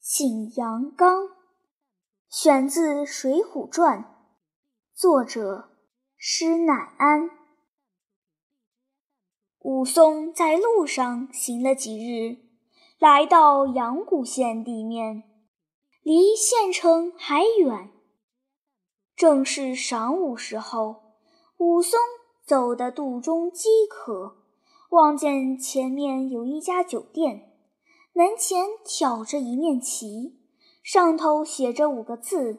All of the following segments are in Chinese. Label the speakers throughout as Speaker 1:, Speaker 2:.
Speaker 1: 景阳冈，选自《水浒传》，作者施耐庵。武松在路上行了几日，来到阳谷县地面，离县城还远。正是晌午时候，武松走得肚中饥渴，望见前面有一家酒店，门前挑着一面旗，上头写着5个字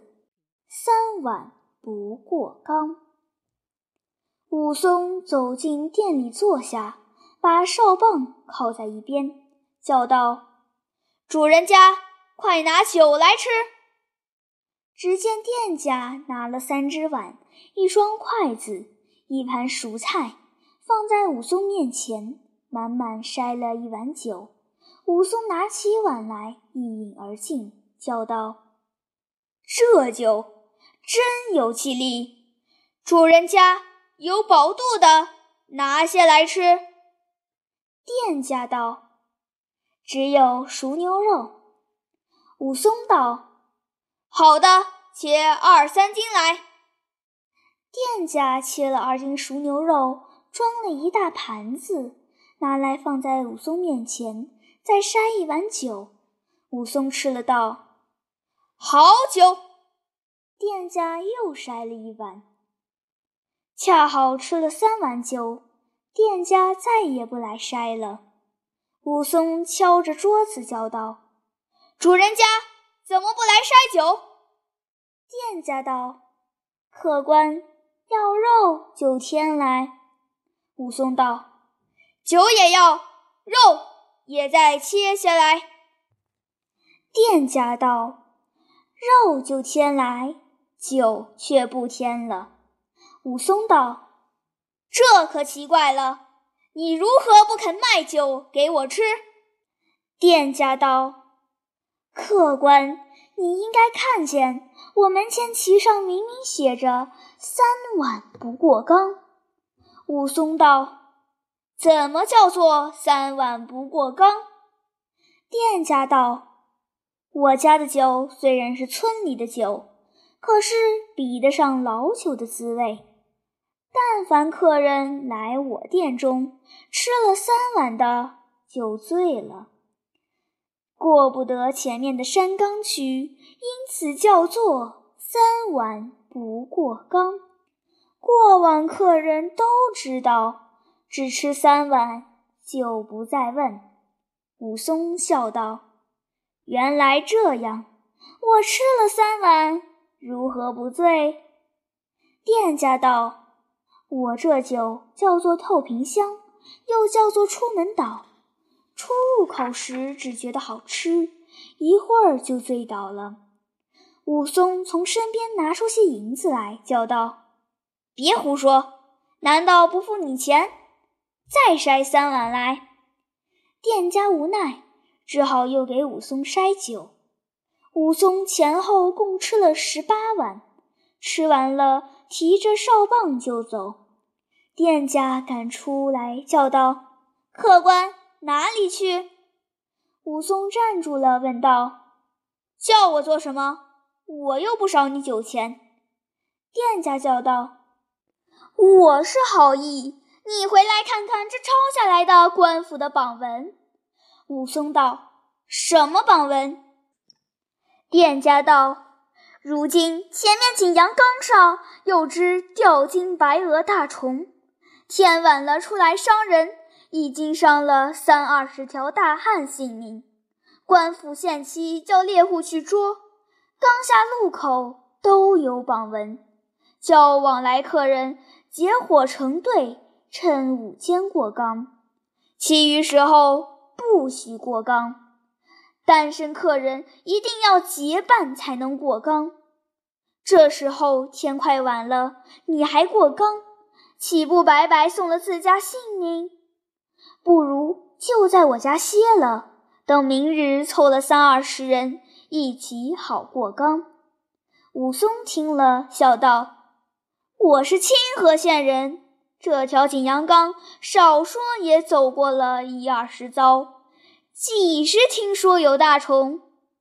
Speaker 1: ：3碗不过冈。武松走进店里坐下，把哨棒靠在一边，叫道：“主人家，快拿酒来吃！”只见店家拿了3只碗、1双筷子、一盘熟菜，放在武松面前，满满筛了1碗酒。武松拿起碗来，一饮而尽，叫道：“这酒真有气力，主人家有饱肚的，拿些来吃。”店家道：“只有熟牛肉。”武松道：“好的，切2、3斤来。”店家切了2斤熟牛肉，装了一大盘子，拿来放在武松面前，再筛1碗酒。武松吃了道：“好酒。”店家又筛了1碗。恰好吃了3碗酒，店家再也不来筛了。武松敲着桌子叫道：“主人家怎么不来筛酒？”店家道：“客官要肉就添来。”武松道：“酒也要，肉也再切下来。”店家道：“肉就添来，酒却不添了。”武松道：“这可奇怪了，你如何不肯卖酒给我吃？”店家道：“客官，你应该看见我门前旗上明明写着3碗不过冈。”武松道：“怎么叫做3碗不过冈？”店家道：“我家的酒虽然是村里的酒，可是比得上老酒的滋味。但凡客人来我店中，吃了3碗的，就醉了，过不得前面的山冈去，因此叫做3碗不过冈。过往客人都知道，只吃3碗，就不再问。”武松笑道：“原来这样，我吃了3碗，如何不醉？”店家道：“我这酒叫做透瓶香，又叫做出门倒。初入口时只觉得好吃，一会儿就醉倒了。”武松从身边拿出些银子来，叫道：“别胡说，难道不付你钱？再筛3碗来。”店家无奈，只好又给武松筛酒。武松前后共吃了18碗，吃完了，提着哨棒就走。店家赶出来叫道：“客官，哪里去？”武松站住了，问道：“叫我做什么？我又不少你酒钱。”店家叫道：“我是好意，你回来看看这抄下来的官府的榜文。”武松道：“什么榜文？”店家道：“如今前面景阳冈上有只吊睛白额大虫，天晚了出来伤人，已经伤了30-20条大汉性命。官府限期叫猎户去捉，冈下路口都有榜文，叫往来客人结伙成队，趁午间过冈，其余时候不许过冈。单身客人一定要结伴才能过冈。这时候天快晚了，你还过冈，岂不白白送了自家性命？不如就在我家歇了，等明日凑了30-20人一起好过冈。”武松听了，笑道：“我是清河县人，这条景阳冈少说也走过了1-20遭，几时听说有大虫？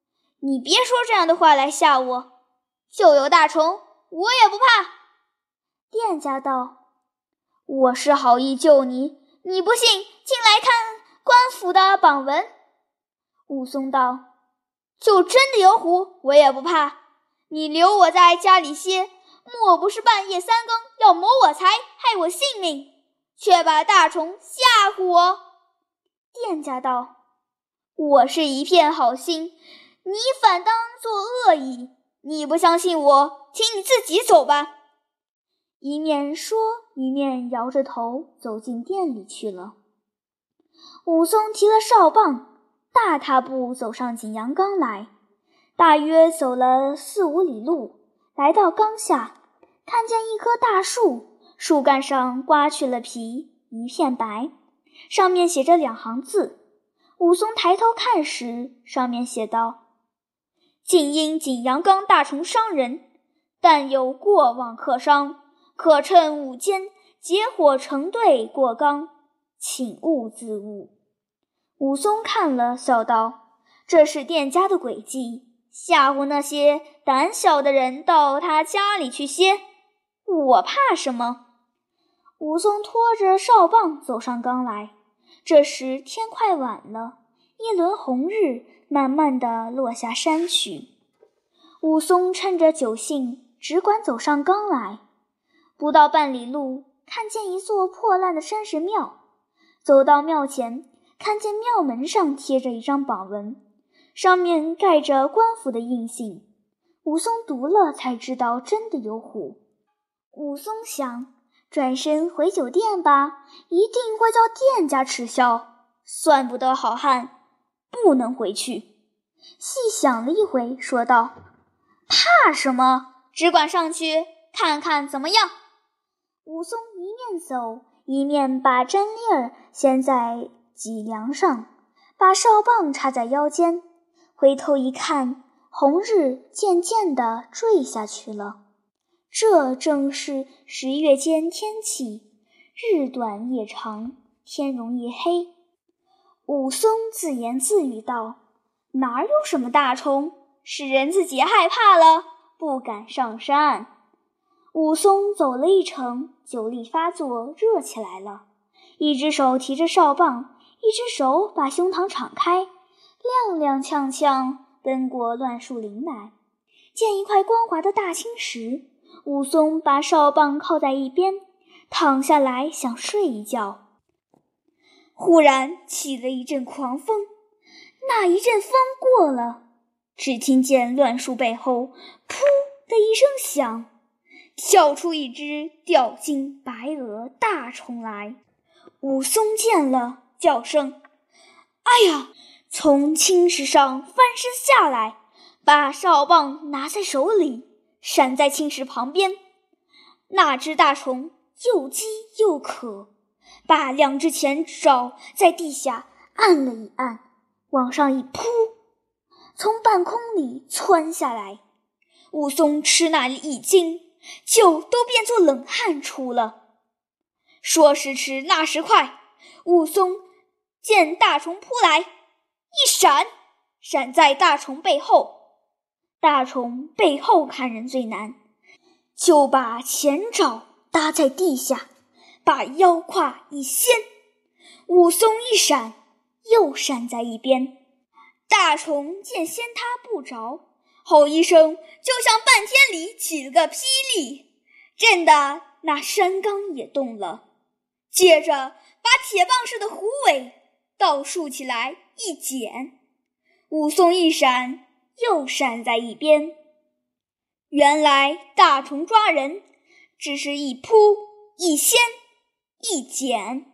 Speaker 1: 你别说这样的话来吓我，就有大虫，我也不怕。店家道：我是好意救你，你不信，进来看官府的榜文。武松道：就真的有虎，我也不怕。你留我在家里歇，莫不是半夜三更要谋我财，害我性命，却把大虫吓唬我？店家道：我是一片好心，你反当作恶意。你不相信我，请你自己走吧。一面说，一面摇着头走进店里去了。武松提了哨棒，大踏步走上景阳冈来，大约走了4、5里路，来到冈下，看见一棵大树，树干上刮去了皮，一片白，上面写着2行字。武松抬头看时，上面写道：竟因景阳冈大虫伤人，但有过往客商，可趁午间结伙成队过冈，请勿自误。武松看了，笑道：这是店家的诡计，吓唬那些胆小的人到他家里去歇，我怕什么？武松拖着哨棒走上冈来，这时天快晚了，一轮红日慢慢地落下山去。武松趁着酒兴，只管走上冈来，不到半里路，看见一座破烂的山神庙，走到庙前，看见庙门上贴着一张榜文，上面盖着官府的印信。武松读了才知道真的有虎。武松想，转身回酒店吧，一定会叫店家耻笑，算不得好汉，不能回去。细想了一回，说道：怕什么？只管上去看看怎么样。武松一面走，一面把毡笠儿掀在脊梁上，把哨棒插在腰间，回头一看，红日渐渐地坠下去了。这正是11月间天气，日短夜长，天容易黑。武松自言自语道：哪有什么大虫，是人自己害怕了，不敢上山。武松走了一程，酒力发作，热起来了，一只手提着哨棒，一只手把胸膛敞开，踉踉跄跄奔过乱树林来。见一块光滑的大青石，武松把哨棒靠在一边，躺下来想睡一觉。忽然起了一阵狂风，那一阵风过了，只听见乱树背后噗的一声响，跳出一只吊睛白额大虫来。武松见了，叫声哎呀，从青石上翻身下来，把哨棒拿在手里，闪在青石旁边。那只大虫又饥又渴，把2只前爪在地下按了一按，往上一扑，从半空里窜下来。武松吃那一惊，就都变作冷汗出了。说时迟，那时快，武松见大虫扑来，一闪，闪在大虫背后。大虫背后看人最难，就把前爪搭在地下，把腰胯一掀，武松一闪，又闪在一边。大虫见掀他不着，吼一声，就像半天里起了个霹雳，震得那山冈也动了。接着把铁棒似的虎尾倒竖起来一剪，武松一闪，又闪在一边。原来大虫抓人，只是一扑一掀一剪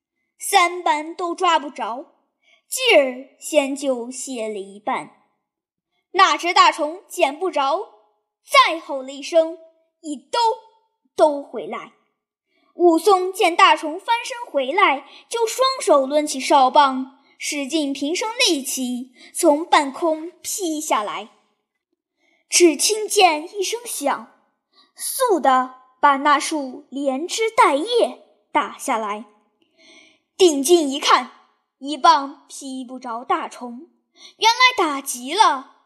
Speaker 1: ，3般都抓不着，劲儿先就泄了一半。那只大虫捡不着，再吼了一声，一兜回来。武松见大虫翻身回来，就双手抡起哨棒，使尽平生力气，从半空劈下来。只听见一声响，嗖地把那树连枝带叶打下来。定睛一看，一棒劈不着大虫，原来打急了，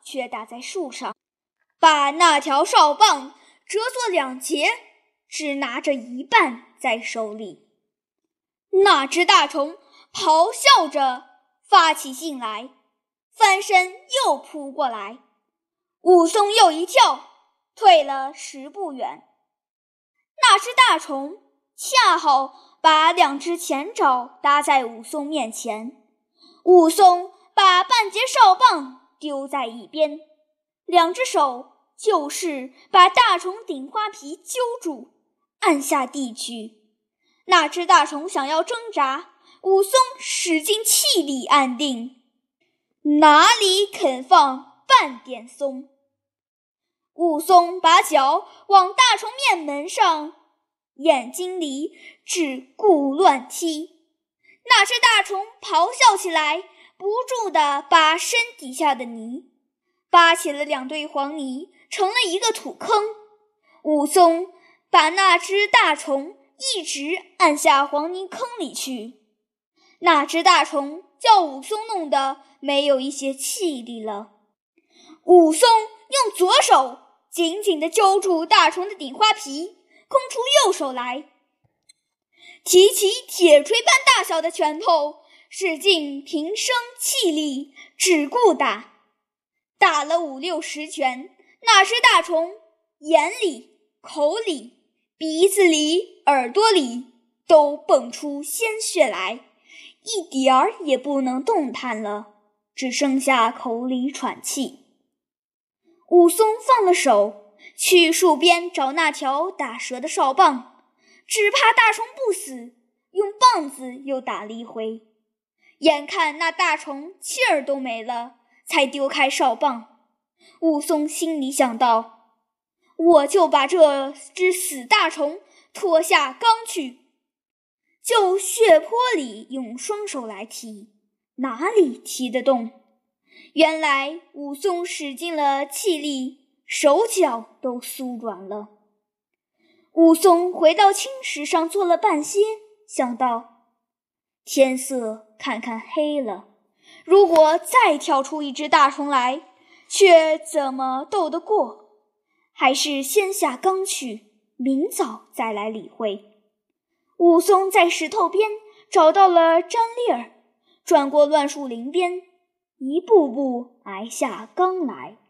Speaker 1: 却打在树上，把那条哨棒折作2截，只拿着一半在手里。那只大虫咆哮着发起劲来，翻身又扑过来。武松又一跳，退了10步远。那只大虫恰好把2只前爪搭在武松面前，武松把半截哨棒丢在一边，2只手就是把大虫顶花皮揪住，按下地去。那只大虫想要挣扎，武松使尽气力按定，哪里肯放半点松。武松把脚往大虫面门上、眼睛里只顾乱踢，那只大虫咆哮起来，不住地把身底下的泥扒起了2堆黄泥，成了一个土坑。武松把那只大虫一直按下黄泥坑里去，那只大虫叫武松弄得没有一些气力了。武松用左手紧紧地揪住大虫的顶花皮，空出右手来，提起铁锤般大小的拳头，使尽平生气力，只顾打。打了5、6、10拳，那只大虫眼里、口里、鼻子里、耳朵里都蹦出鲜血来，一点儿也不能动弹了，只剩下口里喘气。武松放了手，去树边找那条打折的哨棒，只怕大虫不死，用棒子又打了一回。眼看那大虫气儿都没了，才丢开哨棒。武松心里想到，我就把这只死大虫拖下缸去，就血泊里用双手来提，哪里提得动？原来武松使尽了气力，手脚都酥软了。武松回到青石上坐了半歇，想到天色看看黑了，如果再跳出一只大虫来，却怎么斗得过？还是先下缸去，明早再来理会。武松在石头边找到了毡笠儿，转过乱树林边，一步步挨下缸来。